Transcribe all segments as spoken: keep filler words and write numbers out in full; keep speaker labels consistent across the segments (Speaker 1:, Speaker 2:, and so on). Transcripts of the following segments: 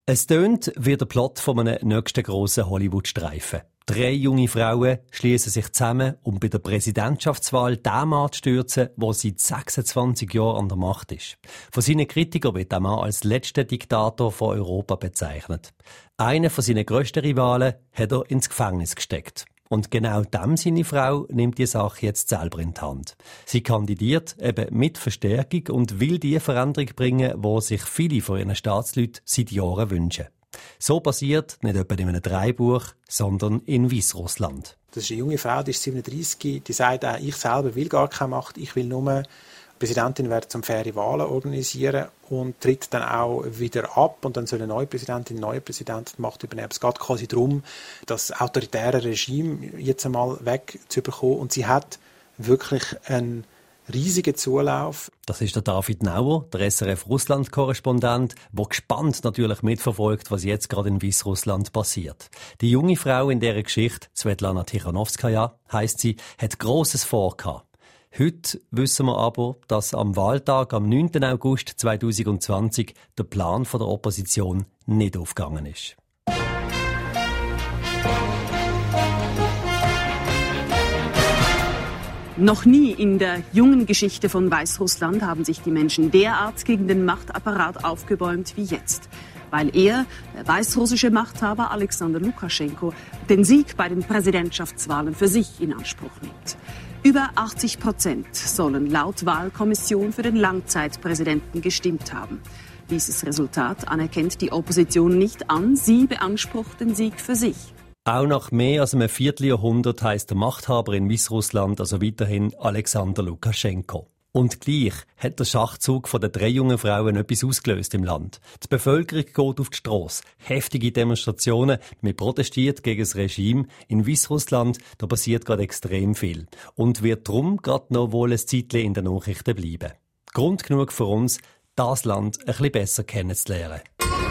Speaker 1: Es tönt wie der Plot von einem nächsten grossen Hollywood-Streifen. Drei junge Frauen schließen sich zusammen, um bei der Präsidentschaftswahl den Mann zu stürzen, der seit sechsundzwanzig Jahren an der Macht ist. Von seinen Kritikern wird der Mann als letzter Diktator von Europa bezeichnet. Einen von seinen grössten Rivalen hat er ins Gefängnis gesteckt. Und genau dem seine Frau nimmt die Sache jetzt selber in die Hand. Sie kandidiert eben mit Verstärkung und will die Veränderung bringen, die sich viele von ihren Staatsleuten seit Jahren wünschen. So passiert nicht etwa in einem Drehbuch, sondern in Weißrussland.
Speaker 2: Das ist eine junge Frau, die ist siebenunddreissig, die sagt, äh, ich selber will gar keine Macht, ich will nur Präsidentin werden, um faire Wahlen organisieren und tritt dann auch wieder ab und dann soll eine neue Präsidentin, eine neue Präsidentin die Macht übernehmen. Es geht quasi darum, das autoritäre Regime jetzt einmal wegzubekommen und sie hat wirklich einen riesigen Zulauf.
Speaker 1: Das ist der David Nauer, der S R F-Russland-Korrespondent, der gespannt natürlich mitverfolgt, was jetzt gerade in Weißrussland passiert. Die junge Frau in dieser Geschichte, Svetlana Tichanowskaja, heisst sie, hat Grosses vorgehabt. Heute wissen wir aber, dass am Wahltag am neunten August zweitausendzwanzig der Plan der Opposition nicht aufgegangen ist.
Speaker 3: Noch nie in der jungen Geschichte von Weißrussland haben sich die Menschen derart gegen den Machtapparat aufgebäumt wie jetzt. Weil er, der weißrussische Machthaber Alexander Lukaschenko, den Sieg bei den Präsidentschaftswahlen für sich in Anspruch nimmt. Über achtzig Prozent sollen laut Wahlkommission für den Langzeitpräsidenten gestimmt haben. Dieses Resultat anerkennt die Opposition nicht an. Sie beansprucht den Sieg für sich.
Speaker 1: Auch nach mehr als einem Vierteljahrhundert heisst der Machthaber in Weißrussland also weiterhin Alexander Lukaschenko. Und gleich hat der Schachzug von den drei jungen Frauen etwas ausgelöst im Land. Die Bevölkerung geht auf die Strasse. Heftige Demonstrationen, man protestiert gegen das Regime. In Weißrussland, da passiert gerade extrem viel. Und wird darum gerade noch wohl ein Zeitchen in den Nachrichten bleiben. Grund genug für uns, das Land ein bisschen besser kennenzulernen.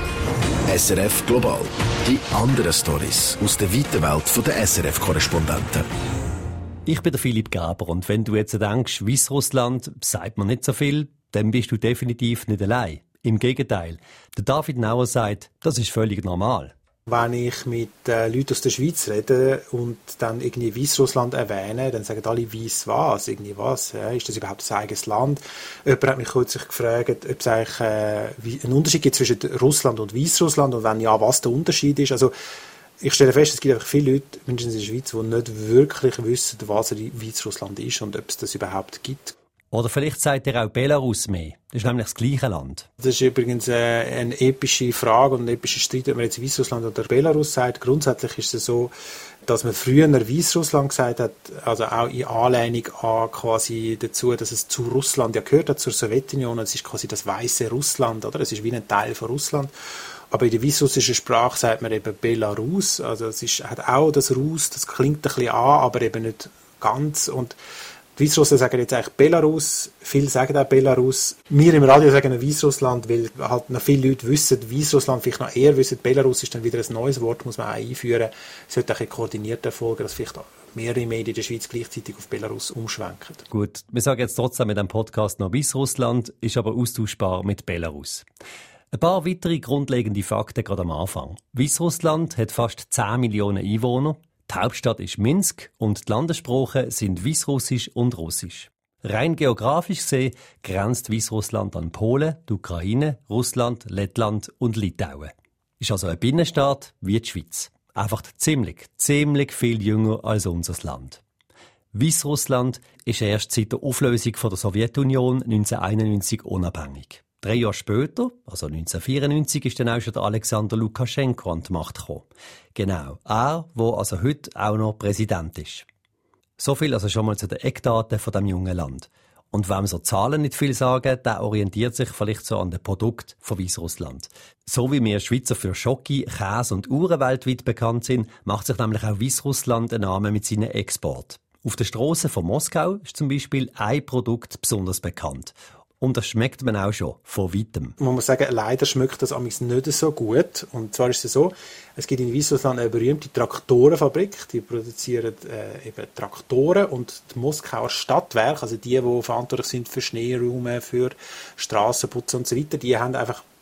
Speaker 4: S R F Global. Die anderen Storys aus der weiten Welt der S R F-Korrespondenten.
Speaker 1: Ich bin der Philipp Gaber und wenn du jetzt denkst, Weißrussland sagt man nicht so viel, dann bist du definitiv nicht allein. Im Gegenteil, der David Nauer sagt, das ist völlig normal.
Speaker 2: Wenn ich mit äh, Leuten aus der Schweiz rede und dann irgendwie Weißrussland erwähne, dann sagen alle, weiss was, irgendwie was, ja, ist das überhaupt ein eigenes Land? Jemand hat mich kürzlich gefragt, ob es eigentlich äh, wie, einen Unterschied gibt zwischen Russland und Weißrussland und wenn ja, was der Unterschied ist. Also ich stelle fest, es gibt einfach viele Leute, mindestens in der Schweiz, die nicht wirklich wissen, was Weißrussland ist und ob es das überhaupt gibt.
Speaker 1: Oder vielleicht sagt ihr auch Belarus mehr. Das ist nämlich das gleiche Land.
Speaker 2: Das ist übrigens äh, eine epische Frage und ein epischer Streit, ob man jetzt Weißrussland oder Belarus sagt. Grundsätzlich ist es so, dass man früher Weißrussland gesagt hat, also auch in Anlehnung an quasi dazu, dass es zu Russland ja gehört hat, zur Sowjetunion. Es ist quasi das weiße Russland, oder? Es ist wie ein Teil von Russland. Aber in der weißrussischen Sprache sagt man eben Belarus. Also es ist, hat auch das Russ, das klingt ein bisschen an, aber eben nicht ganz. Und die Weißrussen sagen jetzt eigentlich Belarus. Viele sagen auch Belarus. Wir im Radio sagen Weißrussland, weil halt noch viele Leute wissen, Weißrussland vielleicht noch eher wissen. Belarus ist dann wieder ein neues Wort, muss man auch einführen. Es sollte auch koordiniert erfolgen, dass vielleicht mehrere Medien in der Schweiz gleichzeitig auf Belarus umschwenken.
Speaker 1: Gut, wir sagen jetzt trotzdem mit dem Podcast noch Weißrussland, ist aber austauschbar mit Belarus. Ein paar weitere grundlegende Fakten gerade am Anfang. Weißrussland hat fast zehn Millionen Einwohner. Die Hauptstadt ist Minsk und die Landessprachen sind Weißrussisch und Russisch. Rein geografisch gesehen grenzt Weißrussland an Polen, die Ukraine, Russland, Lettland und Litauen. Ist also ein Binnenstaat wie die Schweiz. Einfach ziemlich, ziemlich viel jünger als unser Land. Weißrussland ist erst seit der Auflösung der Sowjetunion neunzehnhunderteinundneunzig unabhängig. Drei Jahre später, also neunzehnhundertvierundneunzig, ist dann auch schon der Alexander Lukaschenko an die Macht gekommen. Genau, er, der also heute auch noch Präsident ist. So viel also schon mal zu den Eckdaten von diesem jungen Land. Und wem so Zahlen nicht viel sagen, der orientiert sich vielleicht so an den Produkten von Weißrussland. So wie wir Schweizer für Schoki, Käse und Uhren weltweit bekannt sind, macht sich nämlich auch Weißrussland einen Namen mit seinen Export. Auf der Strasse von Moskau ist zum Beispiel ein Produkt besonders bekannt. Und das schmeckt man auch schon, von weitem.
Speaker 2: Man muss sagen, leider schmeckt das amigs nicht so gut. Und zwar ist es so, es gibt in Weißrussland eine berühmte Traktorenfabrik, die produzieren äh, eben Traktoren und die Moskauer Stadtwerke, also die, die verantwortlich sind für Schneeräume, für Strassenputz und so weiter, die haben einfach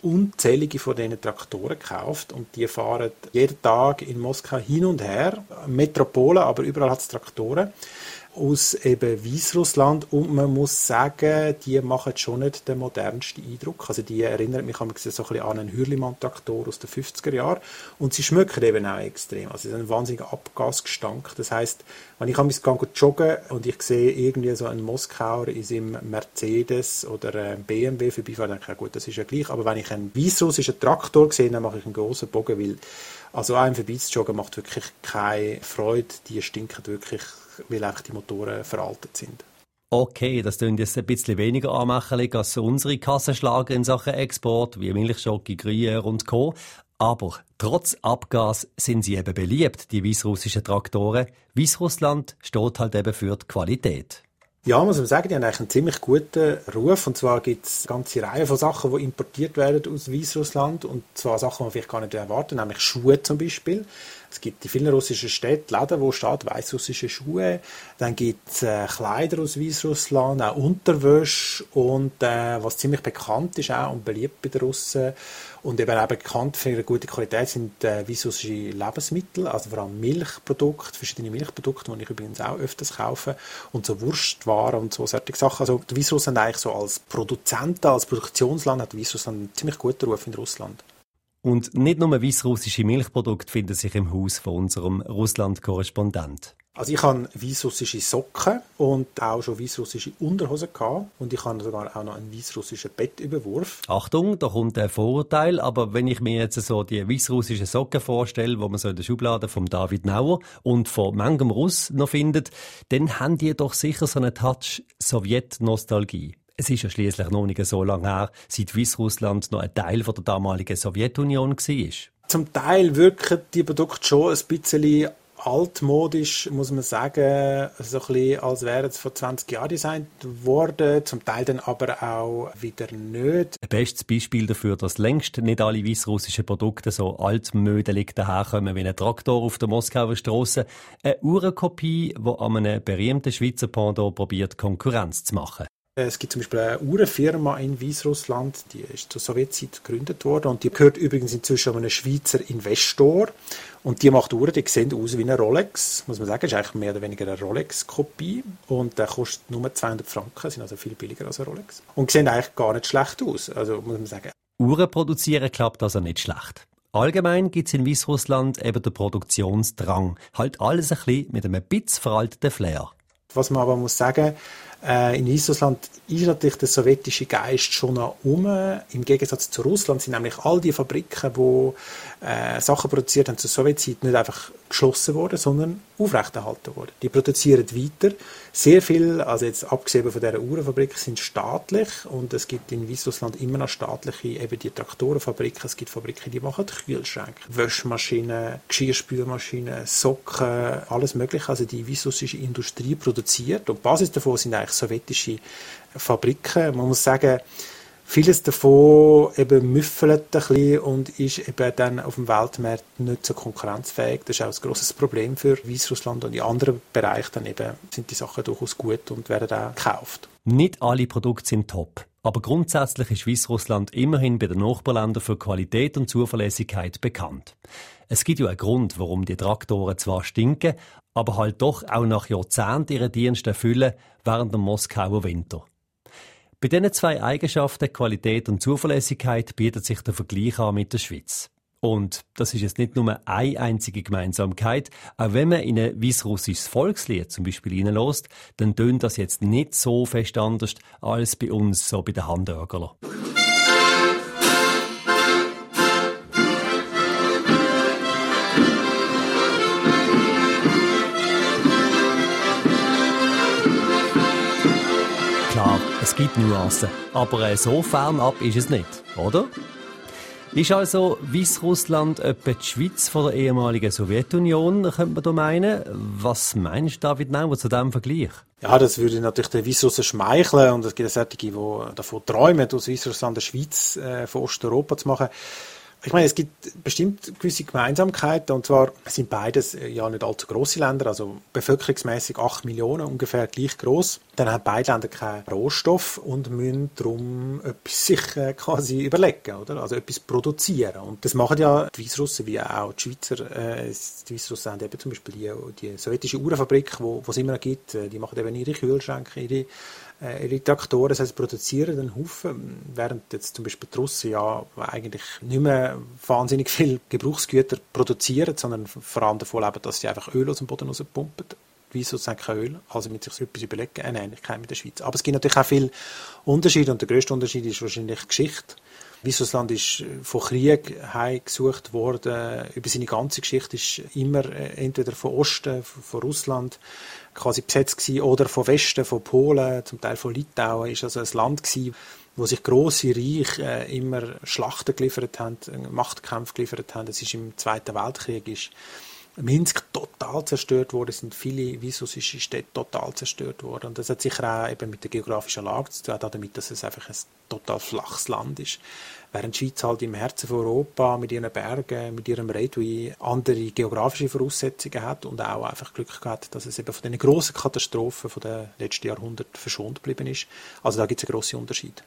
Speaker 2: unzählige von diesen Traktoren gekauft und die fahren jeden Tag in Moskau hin und her. Metropolen, aber überall hat es Traktoren aus eben Weißrussland und man muss sagen, die machen schon nicht den modernsten Eindruck. Also die erinnern mich so ein bisschen an einen Hürlimann-Traktor aus den fünfziger Jahren und sie schmecken eben auch extrem. Also es ist ein wahnsinniger Abgasgestank. Das heisst, wenn ich mich joggen und ich sehe irgendwie so einen Moskauer in seinem Mercedes oder einem B M W vorbeifahren, dann denke ich, ja gut, das ist ja gleich. Aber wenn ich einen weißrussischen Traktor sehe, dann mache ich einen grossen Bogen, weil also einem vorbeizujoggen macht wirklich keine Freude. Die stinken wirklich, weil einfach die Motoren veraltet sind.
Speaker 1: Okay, das klingt jetzt ein bisschen weniger anmächerlich als unsere Kassenschlager in Sachen Export, wie Milchschoki, Gruyère und Co. Aber trotz Abgas sind sie eben beliebt, die weißrussischen Traktoren. Weißrussland steht halt eben für die Qualität.
Speaker 2: Ja, muss man sagen, die haben eigentlich einen ziemlich guten Ruf. Und zwar gibt es eine ganze Reihe von Sachen, die importiert werden aus Weißrussland. Und zwar Sachen, die man vielleicht gar nicht erwarten, nämlich Schuhe zum Beispiel. Es gibt in vielen russischen Städten Läden, wo steht weißrussische Schuhe. Dann gibt es äh, Kleider aus Weißrussland, auch Unterwäsche. Und äh, was ziemlich bekannt ist auch und beliebt bei den Russen und eben auch bekannt für ihre gute Qualität sind äh, weißrussische Lebensmittel, also vor allem Milchprodukte, verschiedene Milchprodukte, die ich übrigens auch öfters kaufe. Und so Wurstwaren und so solche Sachen. Also die Weißrussland eigentlich so als Produzenten, als Produktionsland hat Weißrussland einen ziemlich guten Ruf in Russland.
Speaker 1: Und nicht nur weißrussische Milchprodukte finden sich im Haus von unserem Russland-Korrespondent.
Speaker 2: Also ich habe weißrussische Socken und auch schon weißrussische Unterhosen gehabt. Und ich habe sogar auch noch einen weißrussischen Bettüberwurf.
Speaker 1: Achtung, da kommt ein Vorurteil, aber wenn ich mir jetzt so die weißrussischen Socken vorstelle, die man so in der Schublade von David Nauer und von manchem Russ noch findet, dann haben die doch sicher so einen Touch Sowjet-Nostalgie. Es ist ja schliesslich noch nicht so lange her, seit Weißrussland noch ein Teil von der damaligen Sowjetunion war.
Speaker 2: Zum Teil wirken die Produkte schon ein bisschen altmodisch, muss man sagen, so ein bisschen, als wären es vor zwanzig Jahren designt worden, zum Teil dann aber auch wieder nicht.
Speaker 1: Ein bestes Beispiel dafür, dass längst nicht alle weißrussischen Produkte so altmödelig daherkommen wie ein Traktor auf der Moskauer Strasse. Eine Uhrenkopie, die an einem berühmten Schweizer Pendant probiert, Konkurrenz zu machen.
Speaker 2: Es gibt zum Beispiel eine Uhrenfirma in Weißrussland, die ist zur Sowjetzeit gegründet worden und die gehört übrigens inzwischen einem Schweizer Investor und die macht Uhren, die sehen aus wie eine Rolex, muss man sagen, das ist eigentlich mehr oder weniger eine Rolex-Kopie und der kostet nur zweihundert Franken, sind also viel billiger als eine Rolex und sehen eigentlich gar nicht schlecht aus, also muss man sagen.
Speaker 1: Uhren produzieren klappt also nicht schlecht. Allgemein gibt es in Weißrussland eben den Produktionsdrang, halt alles ein bisschen mit einem bisschen veralteten Flair.
Speaker 2: Was man aber muss sagen, äh, in Weißrussland ist natürlich der sowjetische Geist schon noch um. Im Gegensatz zu Russland sind nämlich all die Fabriken, die äh, Sachen produziert haben zur Sowjetzeit, nicht einfach geschlossen worden, sondern aufrechterhalten worden. Die produzieren weiter. Sehr viel, also jetzt abgesehen von dieser Uhrenfabrik, sind staatlich und es gibt in Weißrussland immer noch staatliche, eben die Traktorenfabriken. Es gibt Fabriken, die machen Kühlschränke, Wäschmaschinen, Geschirrspülmaschinen, Socken, alles mögliche. Also die weißrussische Industrie produziert und die Basis davon sind eigentlich sowjetische Fabriken. Man muss sagen, vieles davon eben müffelt ein bisschen und ist eben dann auf dem Weltmarkt nicht so konkurrenzfähig. Das ist auch ein grosses Problem für Weißrussland und in anderen Bereichen dann eben sind die Sachen durchaus gut und werden auch gekauft.
Speaker 1: Nicht alle Produkte sind top, aber grundsätzlich ist Weißrussland immerhin bei den Nachbarländern für Qualität und Zuverlässigkeit bekannt. Es gibt ja einen Grund, warum die Traktoren zwar stinken, aber halt doch auch nach Jahrzehnten ihren Dienst erfüllen während dem Moskauer Winter. Bei diesen zwei Eigenschaften, Qualität und Zuverlässigkeit, bietet sich der Vergleich an mit der Schweiz. Und das ist jetzt nicht nur eine einzige Gemeinsamkeit. Auch wenn man in ein weißrussisches Volkslied zum Beispiel reinlässt, dann tönt das jetzt nicht so fest anders als bei uns, so bei den Handörgerlern. Klar, es gibt Nuancen, aber so fernab ist es nicht, oder? Ist also Weißrussland etwa die Schweiz von der ehemaligen Sowjetunion, könnte man da meinen? Was meinst du, David Nauer, zu diesem Vergleich?
Speaker 2: Ja, das würde natürlich den Weißrussen schmeicheln und es gibt solche, die davon träumen, aus Weißrussland eine Schweiz äh, von Osteuropa zu machen. Ich meine, es gibt bestimmt gewisse Gemeinsamkeiten, und zwar sind beides ja nicht allzu grosse Länder, also bevölkerungsmäßig acht Millionen, ungefähr gleich gross. Dann haben beide Länder keinen Rohstoff und müssen darum etwas sich äh, quasi überlegen, oder? Also etwas produzieren. Und das machen ja die Weißrussen wie auch die Schweizer. Äh, die Weißrussen haben eben zum Beispiel die, die sowjetische Uhrenfabrik, wo es immer noch gibt, die machen eben ihre Kühlschränke, ihre ihre Traktoren, das heißt, produzieren einen Haufen, während jetzt zum Beispiel die Russen ja eigentlich nicht mehr wahnsinnig viel Gebrauchsgüter produzieren, sondern vor allem davon leben, dass sie einfach Öl aus dem Boden rauspumpen. Die Weißrussen haben kein Öl, also mit sich etwas überlegen, eine Ähnlichkeit mit der Schweiz. Aber es gibt natürlich auch viele Unterschiede, und der grösste Unterschied ist wahrscheinlich die Geschichte. Weißrussland ist von Krieg heimgesucht worden. Über seine ganze Geschichte ist immer entweder von Osten, von Russland quasi besetzt gewesen, oder von Westen, von Polen, zum Teil von Litauen. Ist also ein Land gewesen, wo sich grosse Reiche äh, immer Schlachten geliefert haben, Machtkämpfe geliefert haben. Es ist im Zweiten Weltkrieg ist Minsk total zerstört worden, es sind viele weißrussische Städte total zerstört worden. Und das hat sicher auch eben mit der geografischen Lage zu tun, damit, dass es einfach ein total flaches Land ist. Während die Schweiz halt im Herzen von Europa mit ihren Bergen, mit ihrem Rhein andere geografische Voraussetzungen hat und auch einfach Glück gehabt, dass es eben von den grossen Katastrophen von den letzten Jahrhunderten verschont geblieben ist. Also da gibt es einen grossen Unterschied.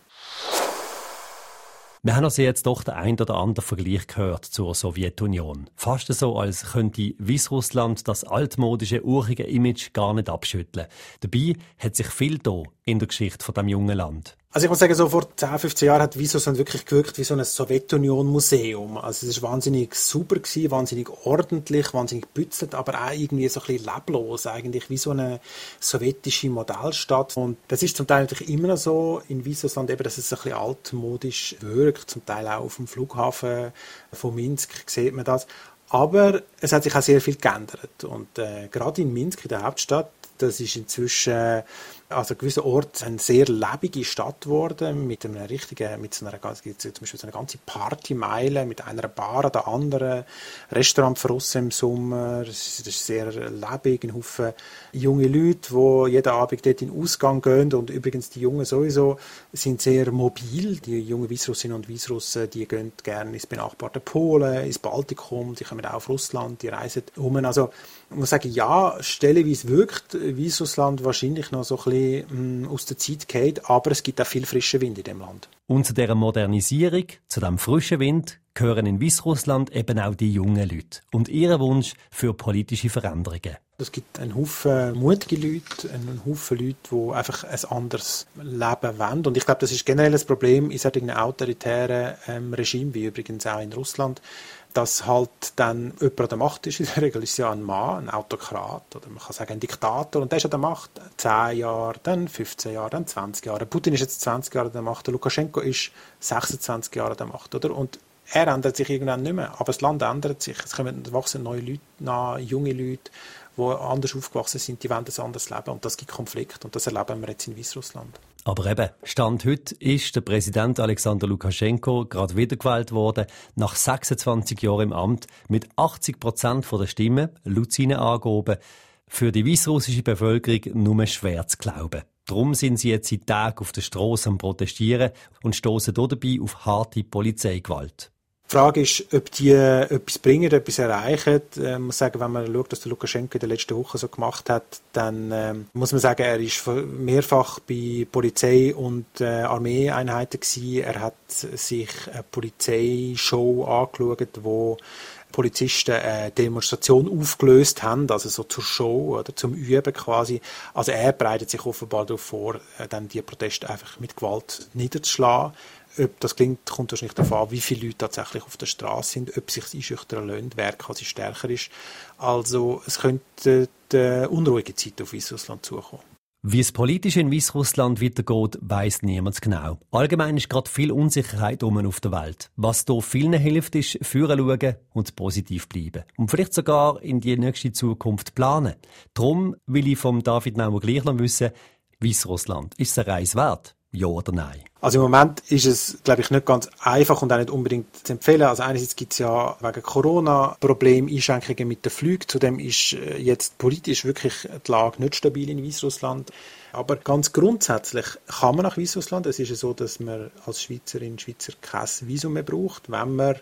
Speaker 1: Wir haben also jetzt doch den ein oder anderen Vergleich gehört zur Sowjetunion. Fast so, als könnte Weißrussland das altmodische, urige Image gar nicht abschütteln. Dabei hat sich viel da in der Geschichte von diesem jungen Land.
Speaker 2: Also ich muss sagen, so vor zehn, fünfzehn Jahren hat Weißrussland wirklich gewirkt wie so ein Sowjetunion-Museum. Also es war wahnsinnig sauber gewesen, wahnsinnig ordentlich, wahnsinnig gebützelt, aber auch irgendwie so ein bisschen leblos, eigentlich wie so eine sowjetische Modellstadt. Und das ist zum Teil natürlich immer noch so in Weißrussland, eben, dass es so ein bisschen altmodisch wirkt, zum Teil auch auf dem Flughafen von Minsk sieht man das. Aber es hat sich auch sehr viel geändert. Und äh, gerade in Minsk, in der Hauptstadt, das ist inzwischen also an gewissen Orten eine sehr lebige Stadt geworden, mit einer richtigen, mit so einer, zum Beispiel so eine ganze Partymeile, mit einer Bar an der anderen, Restaurant für Russen im Sommer, das ist sehr lebendig, ein Haufen junge Leute, die jeden Abend dort in den Ausgang gehen, und übrigens die Jungen sowieso sind sehr mobil, die jungen Weißrussinnen und Weißrussen, die gehen gerne ins benachbarte Polen, ins Baltikum, die kommen auch auf Russland, die reisen um. Also ich muss sagen, ja, stellenweise wirkt Weißrussland wahrscheinlich noch so ein bisschen aus der Zeit geht, aber es gibt auch viel frischen Wind in dem Land.
Speaker 1: Und zu dieser Modernisierung, zu diesem frischen Wind, gehören in Weißrussland eben auch die jungen Leute und ihr Wunsch für politische Veränderungen.
Speaker 2: Es gibt einen Haufen mutige Leute, einen Haufen Leute, die einfach ein anderes Leben wollen. Und ich glaube, das ist generell ein Problem in solchen autoritären ähm, Regimen, wie übrigens auch in Russland, dass halt dann jemand an der Macht ist. In der Regel ist es ja ein Mann, ein Autokrat oder man kann sagen ein Diktator, und der ist an der Macht zehn Jahre, dann fünfzehn Jahre, dann zwanzig Jahre. Putin ist jetzt zwanzig Jahre an der Macht, der Lukaschenko ist sechsundzwanzig Jahre an der Macht, oder? Und er ändert sich irgendwann nicht mehr, aber das Land ändert sich. Es kommen wachsen neue Leute nach, junge Leute, die anders aufgewachsen sind, die wollen ein anderes Leben, und das gibt Konflikt, und das erleben wir jetzt in Weißrussland.
Speaker 1: Aber eben, Stand heute ist der Präsident Alexander Lukaschenko gerade wiedergewählt worden, nach sechsundzwanzig Jahren im Amt, mit achtzig Prozent der Stimmen, laut seinen Angaben, für die weißrussische Bevölkerung nur schwer zu glauben. Darum sind sie jetzt seit Tagen auf der Strasse am Protestieren und stoßen dabei auf harte Polizeigewalt.
Speaker 2: Die Frage ist, ob die etwas bringen, etwas erreichen. Ich muss sagen, wenn man schaut, was der Lukaschenko in den letzten Wochen so gemacht hat, dann ähm, muss man sagen, er ist mehrfach bei Polizei- und äh, Armeeeinheiten gewesen. Er hat sich eine Polizeishow angeschaut, wo Polizisten eine Demonstration aufgelöst haben, also so zur Show oder zum Üben quasi. Also er bereitet sich offenbar darauf vor, dann die Proteste einfach mit Gewalt niederzuschlagen. Ob das klingt, kommt wahrscheinlich darauf an, wie viele Leute tatsächlich auf der Straße sind, ob sich das einschüchtern lässt, wer quasi stärker ist. Also es könnte eine unruhige Zeit auf Weißrussland zukommen.
Speaker 1: Wie es politisch in Weißrussland weitergeht, weiss niemand genau. Allgemein ist gerade viel Unsicherheit um auf der Welt. Was hier vielen hilft, ist führen schauen und positiv bleiben. Und vielleicht sogar in die nächste Zukunft planen. Darum will ich vom David Nauer gleich noch wissen, Weißrussland, ist es eine Reise wert? Ja oder nein?
Speaker 2: Also im Moment ist es, glaube ich, nicht ganz einfach und auch nicht unbedingt zu empfehlen. Also einerseits gibt es ja wegen Corona Probleme, Einschränkungen mit den Flügen. Zudem ist jetzt politisch wirklich die Lage nicht stabil in Weißrussland. Aber ganz grundsätzlich kann man nach Weißrussland. Es ist ja so, dass man als Schweizerin, Schweizer kein Visum mehr braucht, wenn man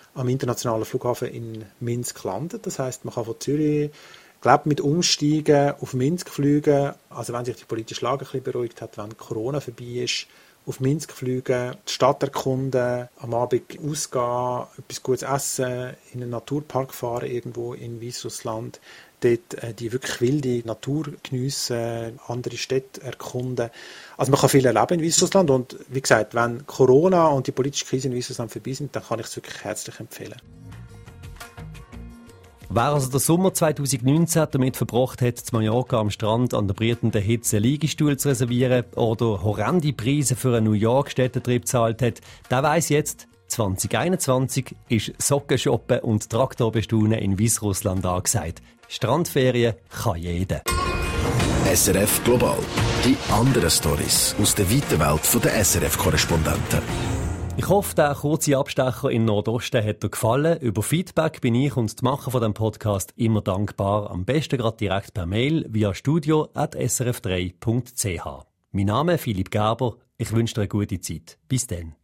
Speaker 2: am internationalen Flughafen in Minsk landet. Das heisst, man kann von Zürich, glaube mit Umsteigen auf Minsk fliegen. Also wenn sich die politische Lage ein bisschen beruhigt hat, wenn Corona vorbei ist, auf Minsk fliegen, die Stadt erkunden, am Abend ausgehen, etwas Gutes essen, in einen Naturpark fahren irgendwo in Weißrussland, dort äh, die wirklich wilde Natur geniessen, andere Städte erkunden. Also man kann viel erleben in Weißrussland und wie gesagt, wenn Corona und die politische Krise in Weißrussland vorbei sind, dann kann ich es wirklich herzlich empfehlen.
Speaker 1: Wer also den Sommer zwanzig neunzehn damit verbracht hat, zu Mallorca am Strand an der brütenden Hitze einen Liegestuhl zu reservieren oder horrende Preise für einen New York-Städtetrip gezahlt hat, der weiss jetzt, zwanzig einundzwanzig ist Sockenshoppen und Traktorbestaunen in Weißrussland angesagt. Strandferien kann jeder.
Speaker 4: S R F Global. Die anderen Storys aus der weiten Welt der S R F-Korrespondenten.
Speaker 1: Ich hoffe, der kurze Abstecher in Nordosten hat dir gefallen. Über Feedback bin ich und die Macher von dem Podcast immer dankbar. Am besten gerade direkt per Mail via studio at s r f drei punkt c h. Mein Name ist Philipp Gerber. Ich wünsche dir eine gute Zeit. Bis dann.